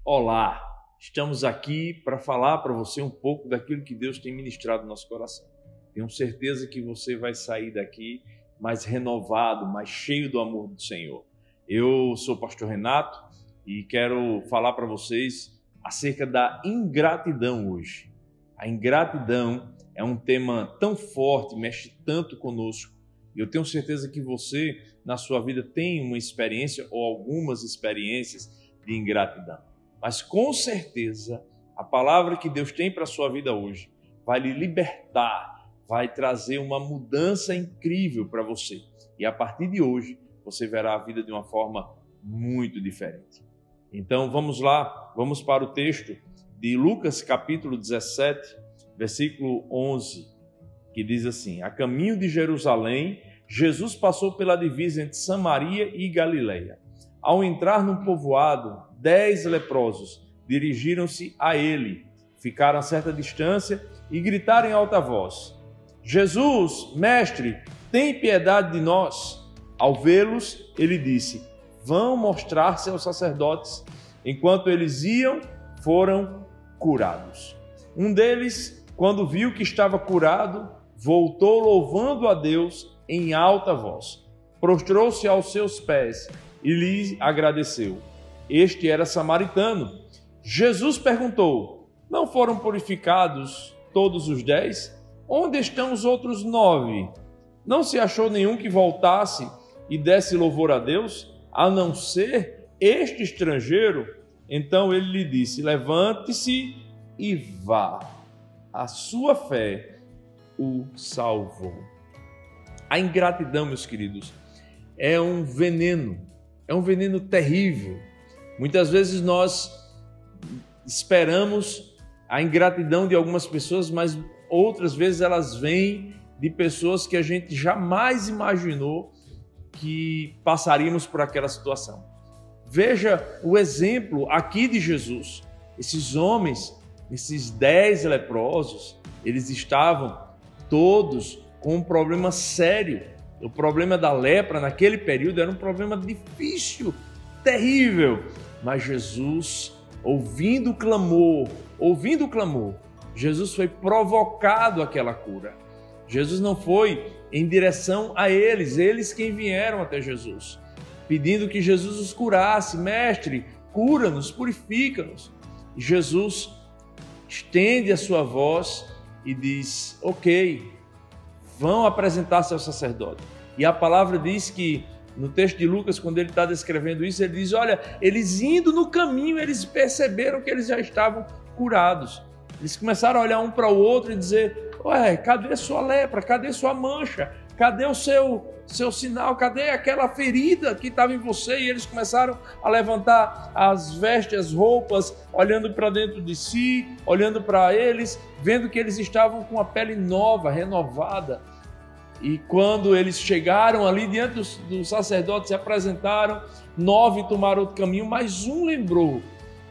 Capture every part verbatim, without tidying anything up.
Olá, estamos aqui para falar para você um pouco daquilo que Deus tem ministrado no nosso coração. Tenho certeza que você vai sair daqui mais renovado, mais cheio do amor do Senhor. Eu sou o pastor Renato e quero falar para vocês acerca da ingratidão hoje. A ingratidão é um tema tão forte, mexe tanto conosco. Eu tenho certeza que você, na sua vida, tem uma experiência ou algumas experiências de ingratidão. Mas com certeza, a palavra que Deus tem para a sua vida hoje vai lhe libertar, vai trazer uma mudança incrível para você. E a partir de hoje, você verá a vida de uma forma muito diferente. Então vamos lá, vamos para o texto de Lucas capítulo dezessete, versículo onze, que diz assim: a caminho de Jerusalém, Jesus passou pela divisa entre Samaria e Galileia. Ao entrar num povoado, dez leprosos dirigiram-se a ele, ficaram a certa distância e gritaram em alta voz: Jesus, mestre, tem piedade de nós. Ao vê-los, ele disse: vão mostrar-se aos sacerdotes. Enquanto eles iam, foram curados. Um deles, quando viu que estava curado, voltou louvando a Deus em alta voz. Prostrou-se aos seus pés e lhe agradeceu. Este era samaritano. Jesus perguntou: não foram purificados todos os dez? Onde estão os outros nove? Não se achou nenhum que voltasse e desse louvor a Deus, a não ser este estrangeiro? Então ele lhe disse: levante-se e vá. A sua fé o salvou. A ingratidão, meus queridos, é um veneno, é um veneno terrível. Muitas vezes nós esperamos a ingratidão de algumas pessoas, mas outras vezes elas vêm de pessoas que a gente jamais imaginou que passaríamos por aquela situação. Veja o exemplo aqui de Jesus. Esses homens, esses dez leprosos, eles estavam todos com um problema sério. O problema da lepra naquele período era um problema difícil, terrível. Mas Jesus, ouvindo o clamor, ouvindo o clamor, Jesus foi provocado àquela cura. Jesus não foi em direção a eles, eles quem vieram até Jesus, pedindo que Jesus os curasse. Mestre, cura-nos, purifica-nos. E Jesus estende a sua voz e diz: ok, vão apresentar-se ao sacerdote. E a palavra diz que, no texto de Lucas, quando ele está descrevendo isso, ele diz: olha, eles indo no caminho, eles perceberam que eles já estavam curados. Eles começaram a olhar um para o outro e dizer: ué, cadê sua lepra? Cadê sua mancha? Cadê o seu, seu sinal? Cadê aquela ferida que estava em você? E eles começaram a levantar as vestes, as roupas, olhando para dentro de si, olhando para eles, vendo que eles estavam com a pele nova, renovada. E quando eles chegaram ali diante dos, dos sacerdotes, se apresentaram, nove tomaram outro caminho, mas um lembrou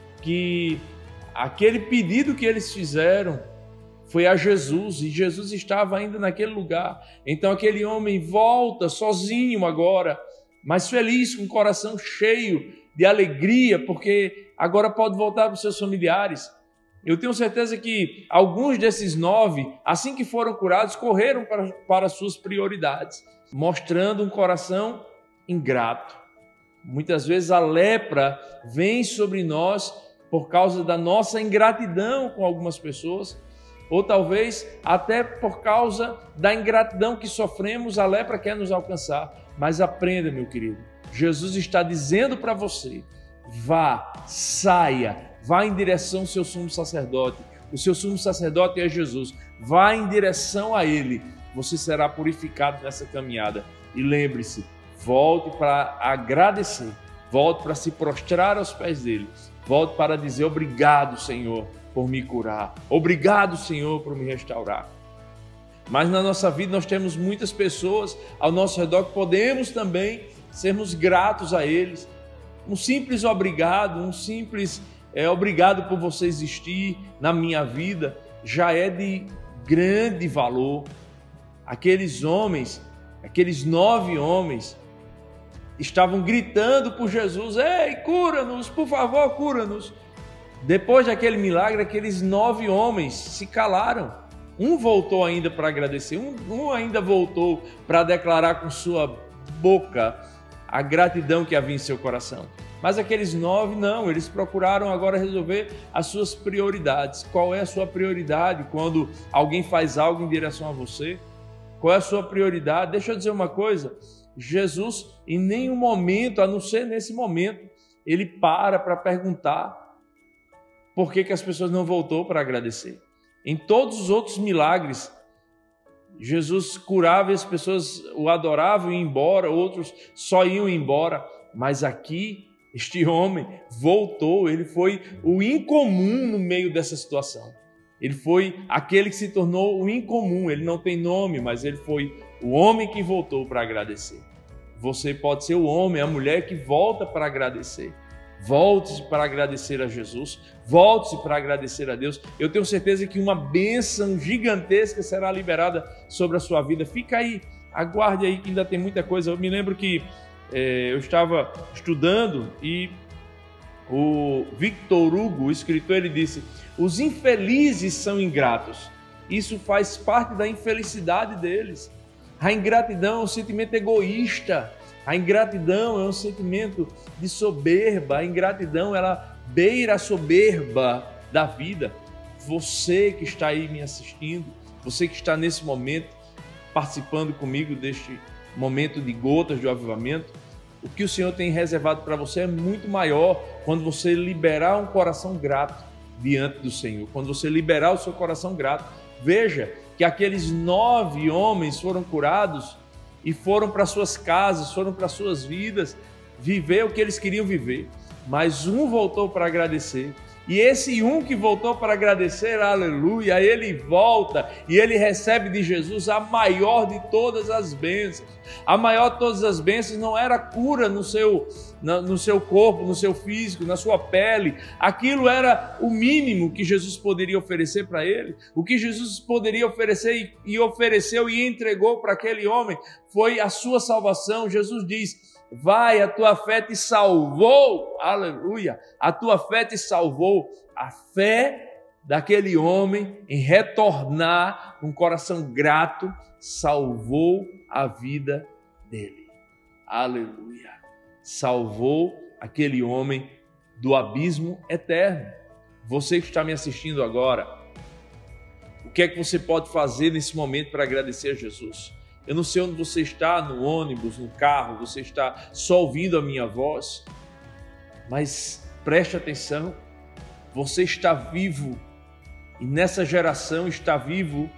que aquele pedido que eles fizeram foi a Jesus, e Jesus estava ainda naquele lugar. Então aquele homem volta sozinho agora, mas feliz, com o coração cheio de alegria, porque agora pode voltar para os seus familiares. Eu tenho certeza que alguns desses nove, assim que foram curados, correram para, para as suas prioridades, mostrando um coração ingrato. Muitas vezes a lepra vem sobre nós por causa da nossa ingratidão com algumas pessoas, ou talvez até por causa da ingratidão que sofremos, a lepra quer nos alcançar. Mas aprenda, meu querido, Jesus está dizendo para você: vá, saia, vá em direção ao seu sumo sacerdote. O seu sumo sacerdote é Jesus. Vá em direção a Ele. Você será purificado nessa caminhada. E lembre-se, volte para agradecer, volte para se prostrar aos pés dele, volte para dizer: obrigado, Senhor, por me curar. Obrigado, Senhor, por me restaurar. Mas na nossa vida nós temos muitas pessoas ao nosso redor que podemos também sermos gratos a eles. Um simples obrigado, um simples é, obrigado por você existir na minha vida já é de grande valor. Aqueles homens, aqueles nove homens estavam gritando por Jesus: ei, cura-nos, por favor, cura-nos. Depois daquele milagre, aqueles nove homens se calaram. Um voltou ainda para agradecer, um, um ainda voltou para declarar com sua boca a gratidão que havia em seu coração. Mas aqueles nove não, eles procuraram agora resolver as suas prioridades. Qual é a sua prioridade quando alguém faz algo em direção a você? Qual é a sua prioridade? Deixa eu dizer uma coisa, Jesus em nenhum momento, a não ser nesse momento, ele para para perguntar por que que as pessoas não voltou para agradecer. Em todos os outros milagres, Jesus curava e as pessoas o adoravam e iam embora, outros só iam embora. Mas aqui, este homem voltou, ele foi o incomum no meio dessa situação. Ele foi aquele que se tornou o incomum, ele não tem nome, mas ele foi o homem que voltou para agradecer. Você pode ser o homem, a mulher que volta para agradecer. Volte-se para agradecer a Jesus, volte-se para agradecer a Deus. Eu tenho certeza que uma bênção gigantesca será liberada sobre a sua vida. Fica aí, aguarde aí que ainda tem muita coisa. Eu me lembro que é, eu estava estudando e o Victor Hugo, o escritor, ele disse: os infelizes são ingratos. Isso faz parte da infelicidade deles. A ingratidão é um sentimento egoísta. A ingratidão é um sentimento de soberba. A ingratidão, ela beira a soberba da vida. Você que está aí me assistindo, você que está nesse momento participando comigo deste momento de gotas de avivamento, o que o Senhor tem reservado para você é muito maior quando você liberar um coração grato diante do Senhor. Quando você liberar o seu coração grato, veja que aqueles nove homens foram curados e foram para suas casas, foram para suas vidas, viver o que eles queriam viver. Mas um voltou para agradecer. E esse um que voltou para agradecer, aleluia, ele volta e ele recebe de Jesus a maior de todas as bênçãos. A maior de todas as bênçãos não era cura no seu, no seu corpo, no seu físico, na sua pele. Aquilo era o mínimo que Jesus poderia oferecer para ele. O que Jesus poderia oferecer e, e ofereceu e entregou para aquele homem foi a sua salvação. Jesus diz: vai, a tua fé te salvou, aleluia, a tua fé te salvou. A fé daquele homem em retornar com um coração grato salvou a vida dele, aleluia, salvou aquele homem do abismo eterno. Você que está me assistindo agora, o que é que você pode fazer nesse momento para agradecer a Jesus? Eu não sei onde você está, no ônibus, no carro, você está só ouvindo a minha voz, mas preste atenção, você está vivo e nessa geração estar vivo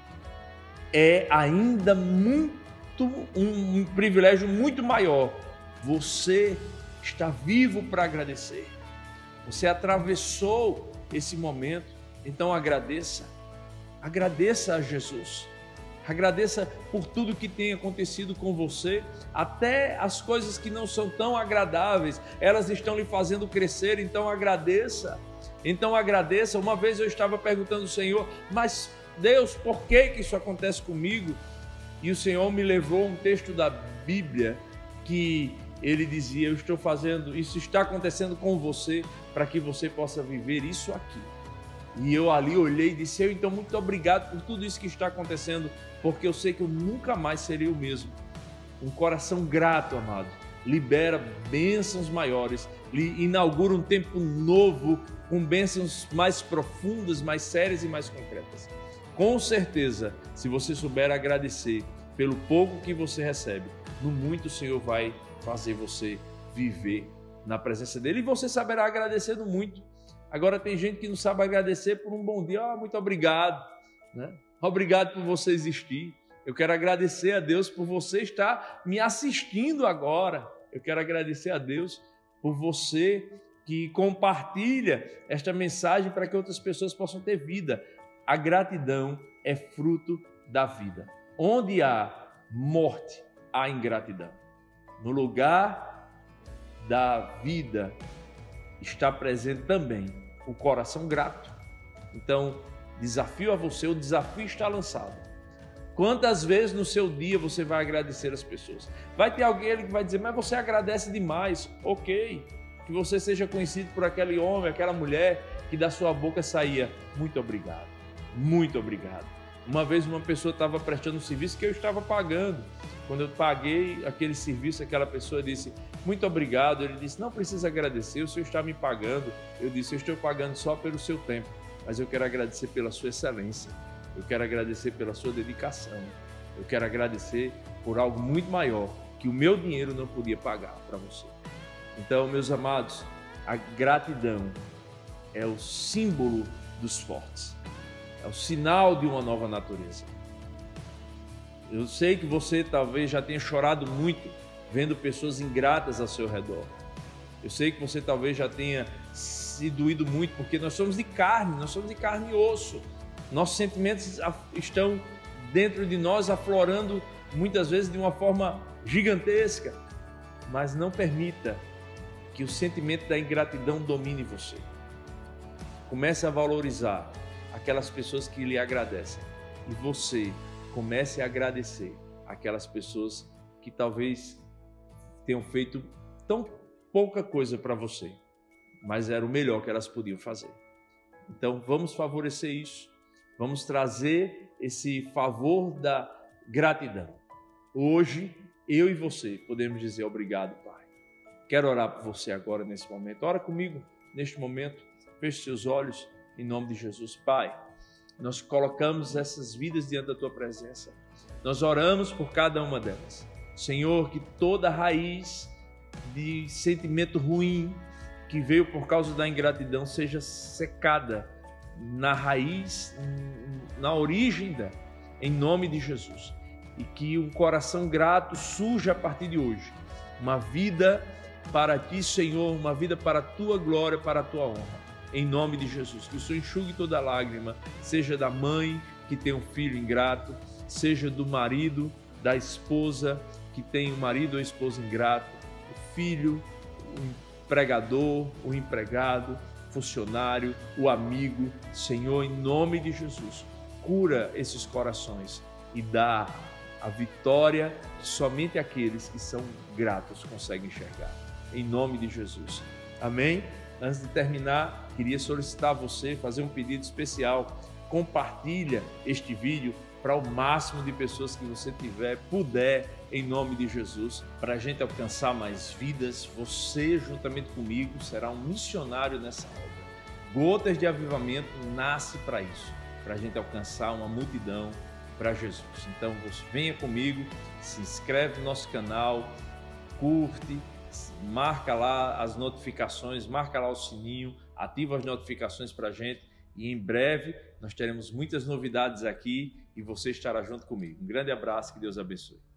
é ainda muito, um, um privilégio muito maior. Você está vivo para agradecer, você atravessou esse momento, então agradeça, agradeça a Jesus. Agradeça por tudo que tem acontecido com você, até as coisas que não são tão agradáveis, elas estão lhe fazendo crescer, então agradeça. Então agradeça. Uma vez eu estava perguntando ao Senhor: mas Deus, por que que isso acontece comigo? E o Senhor me levou um texto da Bíblia que ele dizia: eu estou fazendo, isso está acontecendo com você para que você possa viver isso aqui. E eu ali olhei e disse: eu então muito obrigado por tudo isso que está acontecendo, porque eu sei que eu nunca mais serei o mesmo. Um coração grato, amado, libera bênçãos maiores, lhe inaugura um tempo novo, com bênçãos mais profundas, mais sérias e mais concretas. Com certeza, se você souber agradecer pelo pouco que você recebe, no muito o Senhor vai fazer você viver na presença dele, e você saberá agradecer no muito. Agora tem gente que não sabe agradecer por um bom dia. Ah, muito obrigado, né? Obrigado por você existir. Eu quero agradecer a Deus por você estar me assistindo agora. Eu quero agradecer a Deus por você que compartilha esta mensagem para que outras pessoas possam ter vida. A gratidão é fruto da vida. Onde há morte, há ingratidão. No lugar da vida está presente também o coração grato. Então, desafio a você, o desafio está lançado. Quantas vezes no seu dia você vai agradecer as pessoas? Vai ter alguém que vai dizer: mas você agradece demais. Ok, que você seja conhecido por aquele homem, aquela mulher que da sua boca saía muito obrigado, muito obrigado. Uma vez uma pessoa estava prestando um serviço que eu estava pagando. Quando eu paguei aquele serviço, aquela pessoa disse, muito obrigado. Ele disse, não precisa agradecer, o senhor está me pagando. Eu disse, eu estou pagando só pelo seu tempo, mas eu quero agradecer pela sua excelência. Eu quero agradecer pela sua dedicação. Eu quero agradecer por algo muito maior que o meu dinheiro não podia pagar para você. Então, meus amados, a gratidão é o símbolo dos fortes. É o sinal de uma nova natureza. Eu sei que você talvez já tenha chorado muito vendo pessoas ingratas ao seu redor. Eu sei que você talvez já tenha se doído muito, porque nós somos de carne, nós somos de carne e osso. Nossos sentimentos estão dentro de nós aflorando muitas vezes de uma forma gigantesca. Mas não permita que o sentimento da ingratidão domine você. Comece a valorizar aquelas pessoas que lhe agradecem. E você comece a agradecer aquelas pessoas que talvez tenham feito tão pouca coisa para você, mas era o melhor que elas podiam fazer. Então vamos favorecer isso. Vamos trazer esse favor da gratidão. Hoje, eu e você podemos dizer obrigado, Pai. Quero orar por você agora nesse momento. Ora comigo neste momento. Feche seus olhos. Em nome de Jesus, Pai, nós colocamos essas vidas diante da Tua presença. Nós oramos por cada uma delas. Senhor, que toda raiz de sentimento ruim que veio por causa da ingratidão seja secada na raiz, na origem dela, em nome de Jesus. E que um coração grato surja a partir de hoje. Uma vida para Ti, Senhor, uma vida para a Tua glória, para a Tua honra. Em nome de Jesus, que o Senhor enxugue toda lágrima, seja da mãe que tem um filho ingrato, seja do marido, da esposa que tem um marido ou esposa ingrato, o filho, o empregador, o empregado, o funcionário, o amigo. Senhor, em nome de Jesus, cura esses corações e dá a vitória que somente aqueles que são gratos conseguem enxergar. Em nome de Jesus. Amém? Antes de terminar, queria solicitar a você, fazer um pedido especial. Compartilha este vídeo para o máximo de pessoas que você tiver, puder, em nome de Jesus, para a gente alcançar mais vidas. Você, juntamente comigo, será um missionário nessa obra. Gotas de Avivamento nasce para isso, para a gente alcançar uma multidão para Jesus. Então, você venha comigo, se inscreve no nosso canal, curte, marca lá as notificações, marca lá o sininho, ativa as notificações para a gente e em breve nós teremos muitas novidades aqui e você estará junto comigo. Um grande abraço, que Deus abençoe.